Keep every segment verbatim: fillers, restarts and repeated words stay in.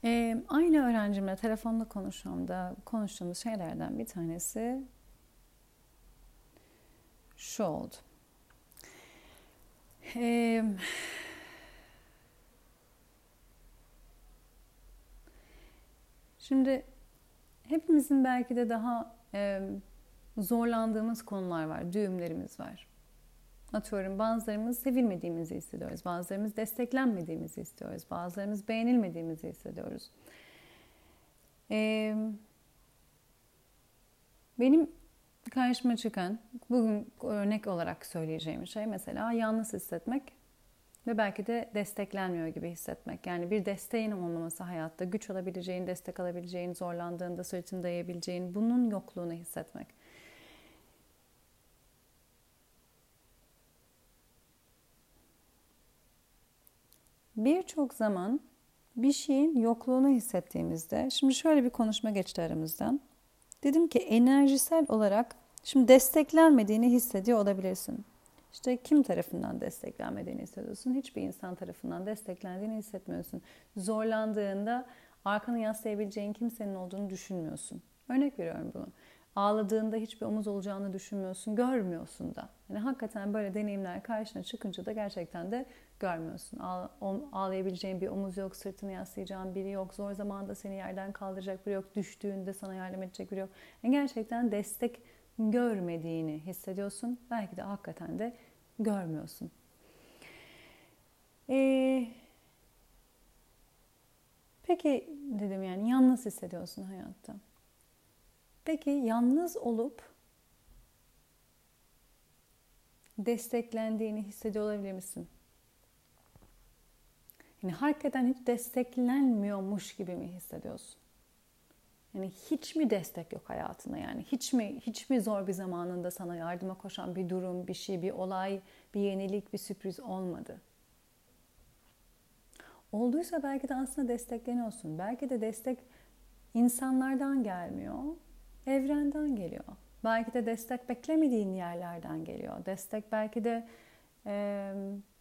Ee, aynı öğrencimle telefonda konuştuğumda konuştuğumuz şeylerden bir tanesi şu oldu. Ee, şimdi hepimizin belki de daha e, zorlandığımız konular var, düğümlerimiz var. Atıyorum bazılarımız sevilmediğimizi hissediyoruz, bazılarımız desteklenmediğimizi istiyoruz, bazılarımız beğenilmediğimizi hissediyoruz. Ee, benim karşıma çıkan, bugün örnek olarak söyleyeceğim şey mesela yalnız hissetmek ve belki de desteklenmiyor gibi hissetmek. Yani bir desteğin olmaması hayatta, güç alabileceğin, destek alabileceğin, zorlandığında sırtını dayayabileceğin, bunun yokluğunu hissetmek. Birçok zaman bir şeyin yokluğunu hissettiğimizde, şimdi şöyle bir konuşma geçti aramızdan. Dedim ki enerjisel olarak şimdi desteklenmediğini hissediyor olabilirsin. İşte kim tarafından desteklenmediğini hissediyorsun? Hiçbir insan tarafından desteklendiğini hissetmiyorsun. Zorlandığında arkanı yaslayabileceğin kimsenin olduğunu düşünmüyorsun. Örnek veriyorum bunu. Ağladığında hiçbir omuz olacağını düşünmüyorsun, görmüyorsun da. Yani hakikaten böyle deneyimler karşına çıkınca da gerçekten de görmüyorsun. Ağlayabileceğin bir omuz yok, sırtını yaslayacağın biri yok, zor zamanda seni yerden kaldıracak biri yok, düştüğünde sana yardım edecek biri yok. Yani gerçekten destek görmediğini hissediyorsun. Belki de hakikaten de görmüyorsun. Ee, peki dedim yani yalnız hissediyorsun hayatta. Peki yalnız olup desteklendiğini hissediyor olabilir misin? Yani hakikaten hiç desteklenmiyormuş gibi mi hissediyorsun? Yani hiç mi destek yok hayatında yani? Hiç mi hiç mi zor bir zamanında sana yardıma koşan bir durum, bir şey, bir olay, bir yenilik, bir sürpriz olmadı? Olduysa belki de aslında destekleniyorsun. Belki de destek insanlardan gelmiyor, evrenden geliyor. Belki de destek beklemediğin yerlerden geliyor. Destek belki de e,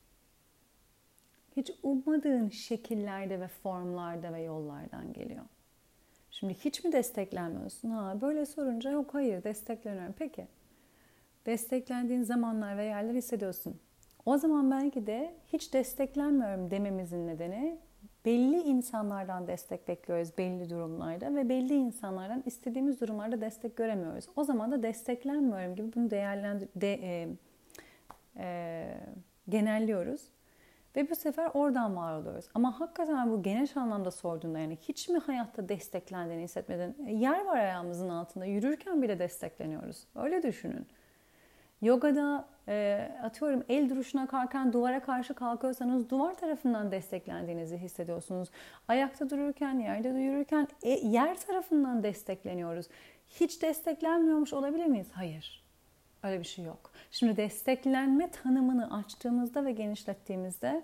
hiç ummadığın şekillerde ve formlarda ve yollardan geliyor. Şimdi hiç mi desteklenmiyorsun? Ha, böyle sorunca yok hayır destekleniyorum. Peki desteklendiğin zamanlar ve yerler hissediyorsun. O zaman belki de hiç desteklenmiyorum dememizin nedeni belli insanlardan destek bekliyoruz belli durumlarda ve belli insanlardan istediğimiz durumlarda destek göremiyoruz. O zaman da desteklenmiyorum gibi bunu değerlendir de, e, e, genelliyoruz. Ve bu sefer oradan var oluyoruz. Ama hakikaten bu geniş anlamda sorduğunda yani hiç mi hayatta desteklendiğini hissetmedin? E, yer var ayağımızın altında. Yürürken bile destekleniyoruz. Öyle düşünün. Yogada e, atıyorum el duruşuna kalkarken duvara karşı kalkıyorsanız duvar tarafından desteklendiğinizi hissediyorsunuz. Ayakta dururken, yerde yürürken e, yer tarafından destekleniyoruz. Hiç desteklenmiyormuş olabilir miyiz? Hayır. Öyle bir şey yok. Şimdi desteklenme tanımını açtığımızda ve genişlettiğimizde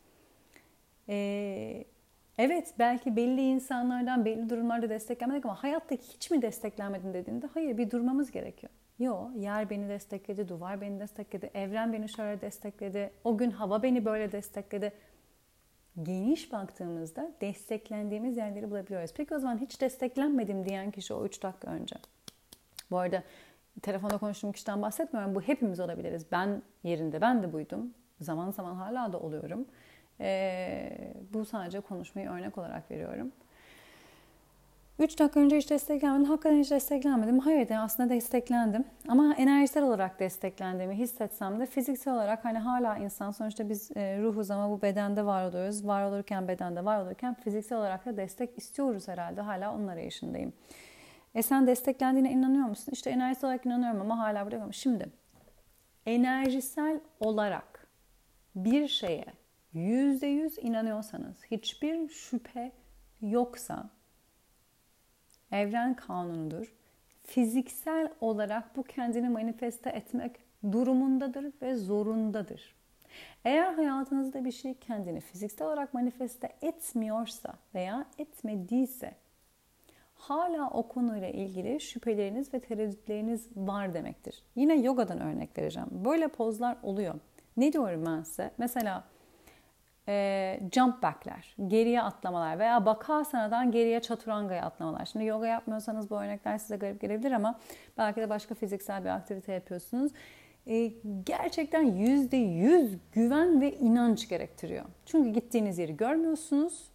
e, evet belki belli insanlardan belli durumlarda desteklenmedik ama hayatta hiç mi desteklenmedin dediğinde hayır bir durmamız gerekiyor. Yo, yer beni destekledi, duvar beni destekledi, evren beni şöyle destekledi, o gün hava beni böyle destekledi. Geniş baktığımızda desteklendiğimiz yerleri bulabiliyoruz. Peki o zaman hiç desteklenmedim diyen kişi o üç dakika önce. Bu arada telefonda konuştuğum kişiden bahsetmiyorum. Bu hepimiz olabiliriz. Ben yerinde ben de buydum. Zaman zaman hala da oluyorum. Ee, bu sadece konuşmayı örnek olarak veriyorum. üç dakika önce hiç desteklenmedim. Hakikaten hiç desteklenmedim. Hayır de aslında desteklendim. Ama enerjisel olarak desteklendiğimi hissetsem de fiziksel olarak hani hala insan sonuçta biz e, ruhuz ama bu bedende var oluyoruz. Var olurken bedende var olurken fiziksel olarak da destek istiyoruz herhalde. Hala onun arayışındayım. E sen desteklendiğine inanıyor musun? İşte enerjisel olarak inanıyorum ama hala bırakamam. Şimdi enerjisel olarak bir şeye yüzde yüz inanıyorsanız, hiçbir şüphe yoksa evren kanunudur. Fiziksel olarak bu kendini manifeste etmek durumundadır ve zorundadır. Eğer hayatınızda bir şey kendini fiziksel olarak manifeste etmiyorsa veya etmediyse hala o konuyla ilgili şüpheleriniz ve tereddütleriniz var demektir. Yine yogadan örnek vereceğim. Böyle pozlar oluyor. Ne diyorum ben size? Mesela e, jump back'ler, geriye atlamalar veya Bakasana'dan geriye Chaturanga'ya atlamalar. Şimdi yoga yapmıyorsanız bu örnekler size garip gelebilir ama belki de başka fiziksel bir aktivite yapıyorsunuz. E, gerçekten yüzde yüz güven ve inanç gerektiriyor. Çünkü gittiğiniz yeri görmüyorsunuz.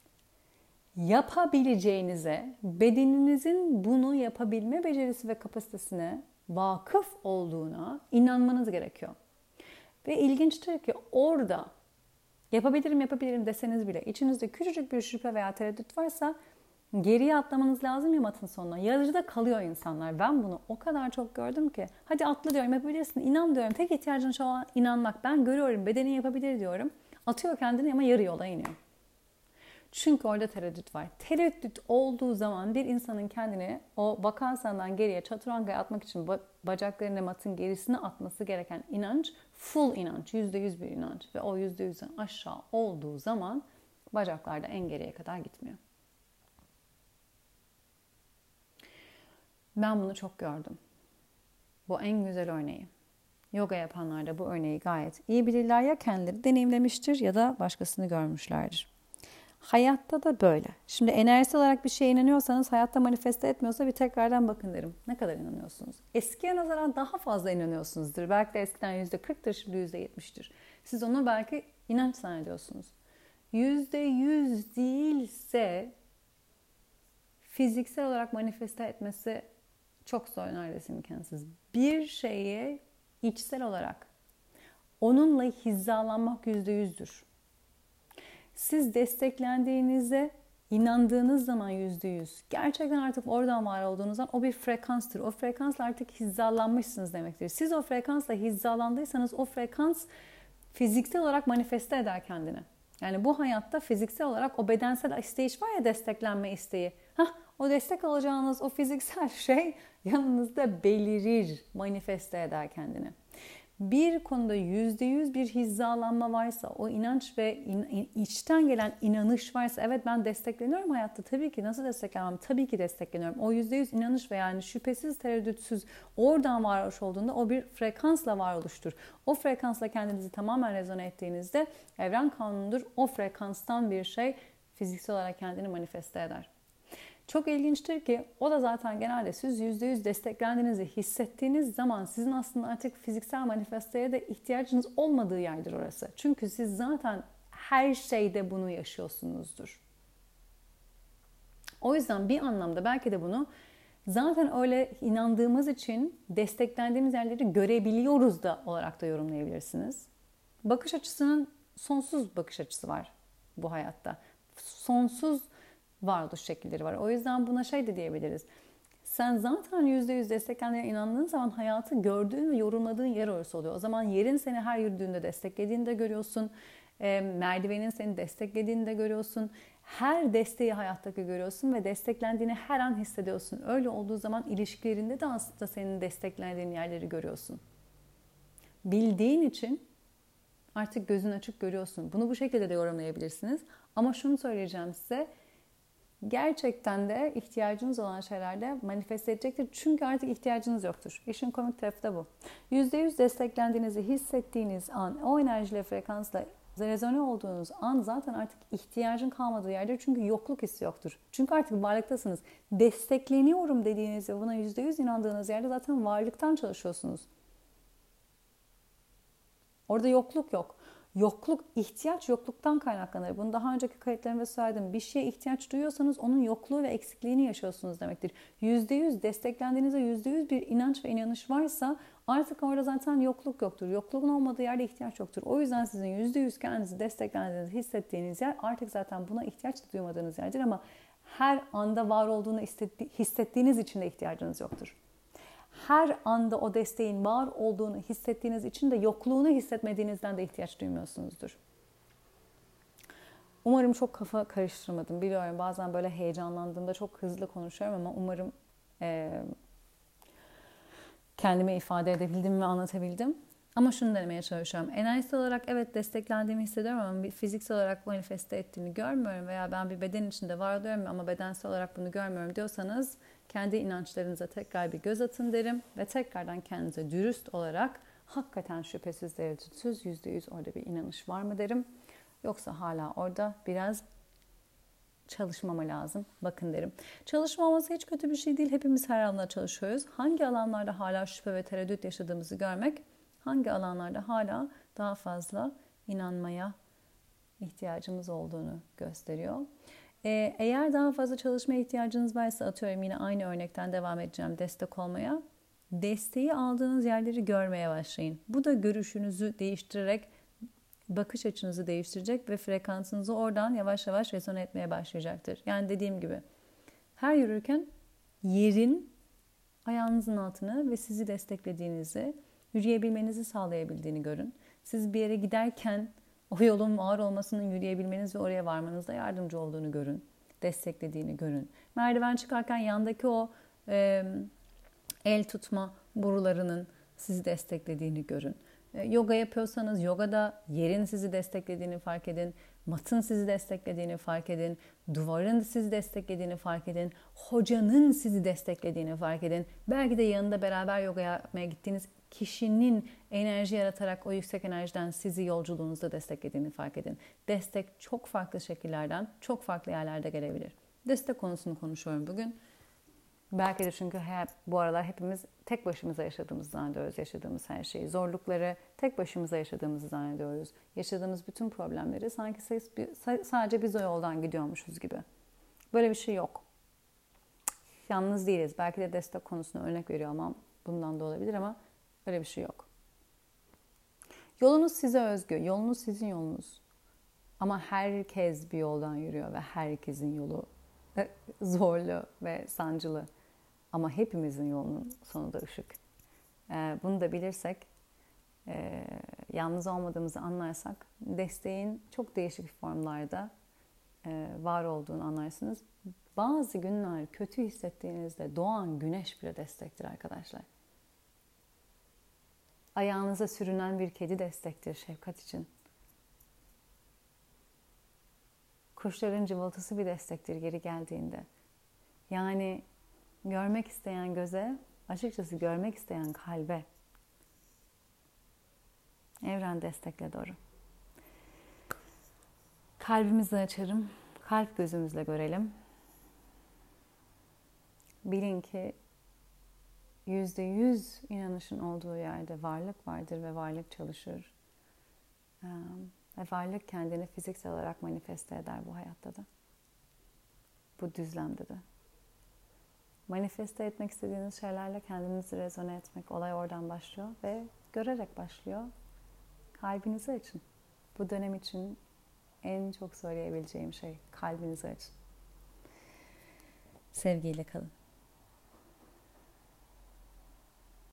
Yapabileceğinize, bedeninizin bunu yapabilme becerisi ve kapasitesine vakıf olduğuna inanmanız gerekiyor. Ve ilginçtir ki orada yapabilirim yapabilirim deseniz bile içinizde küçücük bir şüphe veya tereddüt varsa geriye atlamanız lazım ya matın sonuna. Yarıda kalıyor insanlar. Ben bunu o kadar çok gördüm ki. Hadi atla diyorum, yapabilirsin, inan diyorum. Tek ihtiyacın şu an inanmak. Ben görüyorum, bedenin yapabilir diyorum. Atıyor kendini ama yarı yola iniyor. Çünkü orada tereddüt var. Tereddüt olduğu zaman bir insanın kendini o Vakasana'dan geriye Chaturanga'ya atmak için bacaklarını matın gerisine atması gereken inanç full inanç, yüzde yüz bir inanç ve o yüzde yüzden aşağı olduğu zaman bacaklarda en geriye kadar gitmiyor. Ben bunu çok gördüm. Bu en güzel örneği. Yoga yapanlar da bu örneği gayet iyi bilirler, ya kendileri deneyimlemiştir ya da başkasını görmüşlerdir. Hayatta da böyle. Şimdi enerjisel olarak bir şeye inanıyorsanız hayatta manifeste etmiyorsa bir tekrardan bakın derim. Ne kadar inanıyorsunuz? Eskiye nazaran daha fazla inanıyorsunuzdur. Belki de eskiden yüzde kırktır, şimdi yüzde yetmiştir. Siz onu belki inanç zannediyorsunuz. yüzde yüz değilse fiziksel olarak manifeste etmesi çok zor, neredeyse imkansız. Bir şeye içsel olarak onunla hizalanmak yüzde yüzdür. Siz desteklendiğinizde, inandığınız zaman yüzde yüz, gerçekten artık oradan var olduğunuzdan o bir frekanstır. O frekansla artık hizalanmışsınız demektir. Siz o frekansla hizalandıysanız o frekans fiziksel olarak manifeste eder kendini. Yani bu hayatta fiziksel olarak o bedensel isteğiş var ya, desteklenme isteği. Hah, o destek alacağınız o fiziksel şey yanınızda belirir, manifeste eder kendini. Bir konuda yüzde yüz bir hizalanma varsa, o inanç ve in, içten gelen inanış varsa, evet ben destekleniyorum hayatta, tabii ki, nasıl desteklenmem, tabii ki destekleniyorum. O yüzde yüz inanış ve yani şüphesiz, tereddütsüz oradan varoluş olduğunda o bir frekansla varoluştur. O frekansla kendinizi tamamen rezone ettiğinizde evren kanunudur. O frekanstan bir şey fiziksel olarak kendini manifeste eder. Çok ilginçtir ki o da zaten genelde siz yüzde yüz desteklendiğinizi hissettiğiniz zaman sizin aslında artık fiziksel manifesteye de ihtiyacınız olmadığı yerdir orası. Çünkü siz zaten her şeyde bunu yaşıyorsunuzdur. O yüzden bir anlamda belki de bunu zaten öyle inandığımız için desteklendiğimiz yerleri görebiliyoruz da olarak da yorumlayabilirsiniz. Bakış açısının sonsuz bakış açısı var bu hayatta. Sonsuz varoluş şekilleri var. O yüzden buna şey de diyebiliriz. Sen zaten yüzde yüz desteklendiğine inandığın zaman hayatı gördüğün ve yorumladığın yer orası oluyor. O zaman yerin seni her yürüdüğünde desteklediğini de görüyorsun. E, merdivenin seni desteklediğini de görüyorsun. Her desteği hayattaki görüyorsun ve desteklendiğini her an hissediyorsun. Öyle olduğu zaman ilişkilerinde de aslında senin desteklendiğin yerleri görüyorsun. Bildiğin için artık gözün açık görüyorsun. Bunu bu şekilde de yorumlayabilirsiniz. Ama şunu söyleyeceğim size. Gerçekten de ihtiyacınız olan şeylerde manifeste edecektir. Çünkü artık ihtiyacınız yoktur. İşin komik tarafı da bu. yüzde yüz desteklendiğinizi hissettiğiniz an, o enerjiyle, frekansla rezone olduğunuz an zaten artık ihtiyacın kalmadığı yerdir. Çünkü yokluk hissi yoktur. Çünkü artık varlıktasınız. Destekleniyorum dediğiniz ve buna yüzde yüz inandığınız yerde zaten varlıktan çalışıyorsunuz. Orada yokluk yok. Yokluk, ihtiyaç yokluktan kaynaklanır. Bunu daha önceki kayıtlarımda söyledim. Bir şeye ihtiyaç duyuyorsanız onun yokluğu ve eksikliğini yaşıyorsunuz demektir. yüzde yüz desteklendiğinizde yüzde yüz bir inanç ve inanış varsa artık orada zaten yokluk yoktur. Yokluğun olmadığı yerde ihtiyaç yoktur. O yüzden sizin yüzde yüz kendinizi desteklendiğinizi hissettiğiniz yer artık zaten buna ihtiyaç duymadığınız yerdir ama her anda var olduğunu hissettiğiniz için de ihtiyacınız yoktur. Her anda o desteğin var olduğunu hissettiğiniz için de yokluğunu hissetmediğinizden de ihtiyaç duymuyorsunuzdur. Umarım çok kafa karıştırmadım. Biliyorum bazen böyle heyecanlandığımda çok hızlı konuşuyorum ama umarım e, kendime ifade edebildim ve anlatabildim. Ama şunu denemeye çalışıyorum. Enerjisel olarak evet desteklendiğimi hissediyorum ama bir fiziksel olarak manifeste ettiğini görmüyorum veya ben bir beden içinde var diyorum ama bedensel olarak bunu görmüyorum diyorsanız kendi inançlarınıza tekrar bir göz atın derim ve tekrardan kendinize dürüst olarak hakikaten şüphesiz, tereddütsüz yüzde yüz orada bir inanış var mı derim. Yoksa hala orada biraz çalışmama lazım. Bakın derim. Çalışmaması hiç kötü bir şey değil. Hepimiz her alanda çalışıyoruz. Hangi alanlarda hala şüphe ve tereddüt yaşadığımızı görmek, hangi alanlarda hala daha fazla inanmaya ihtiyacımız olduğunu gösteriyor. Ee, eğer daha fazla çalışmaya ihtiyacınız varsa, atıyorum yine aynı örnekten devam edeceğim destek olmaya. Desteği aldığınız yerleri görmeye başlayın. Bu da görüşünüzü değiştirerek bakış açınızı değiştirecek ve frekansınızı oradan yavaş yavaş rezone etmeye başlayacaktır. Yani dediğim gibi her yürürken yerin ayağınızın altını ve sizi desteklediğinizi, yürüyebilmenizi sağlayabildiğini görün. Siz bir yere giderken o yolun ağır olmasının yürüyebilmeniz ve oraya varmanızda yardımcı olduğunu görün. Desteklediğini görün. Merdiven çıkarken yandaki o e, el tutma borularının sizi desteklediğini görün. E, yoga yapıyorsanız yogada yerin sizi desteklediğini fark edin. Matın sizi desteklediğini fark edin. Duvarın sizi desteklediğini fark edin. Hocanın sizi desteklediğini fark edin. Belki de yanında beraber yoga yapmaya gittiğiniz kişinin enerji yaratarak o yüksek enerjiden sizi yolculuğunuzda desteklediğini fark edin. Destek çok farklı şekillerden, çok farklı yerlerde gelebilir. Destek konusunu konuşuyorum bugün. Belki de çünkü hep, bu aralar hepimiz tek başımıza yaşadığımızı zannediyoruz. Yaşadığımız her şeyi, zorlukları tek başımıza yaşadığımızı zannediyoruz. Yaşadığımız bütün problemleri sanki sadece biz o yoldan gidiyormuşuz gibi. Böyle bir şey yok. Yalnız değiliz. Belki de destek konusuna örnek veriyor ama bundan da olabilir ama öyle bir şey yok. Yolunuz size özgü. Yolunuz sizin yolunuz. Ama herkes bir yoldan yürüyor ve herkesin yolu zorlu ve sancılı. Ama hepimizin yolunun sonu da ışık. Bunu da bilirsek, yalnız olmadığımızı anlarsak, desteğin çok değişik formlarda var olduğunu anlarsınız. Bazı günler kötü hissettiğinizde doğan güneş bile destektir arkadaşlar. Ayağınıza sürünen bir kedi destektir şefkat için. Kuşların cıvıltısı bir destektir geri geldiğinde. Yani görmek isteyen göze, açıkçası görmek isteyen kalbe evren destekle doğru. Kalbimizi açarım, kalp gözümüzle görelim. Bilin ki yüzde yüz inanışın olduğu yerde varlık vardır ve varlık çalışır. Ve varlık kendini fiziksel olarak manifeste eder bu hayatta da. Bu düzlemde de. Manifeste etmek istediğiniz şeylerle kendinizi rezone etmek, olay oradan başlıyor ve görerek başlıyor. Kalbinizi açın. Bu dönem için en çok söyleyebileceğim şey kalbinizi açın. Sevgiyle kalın.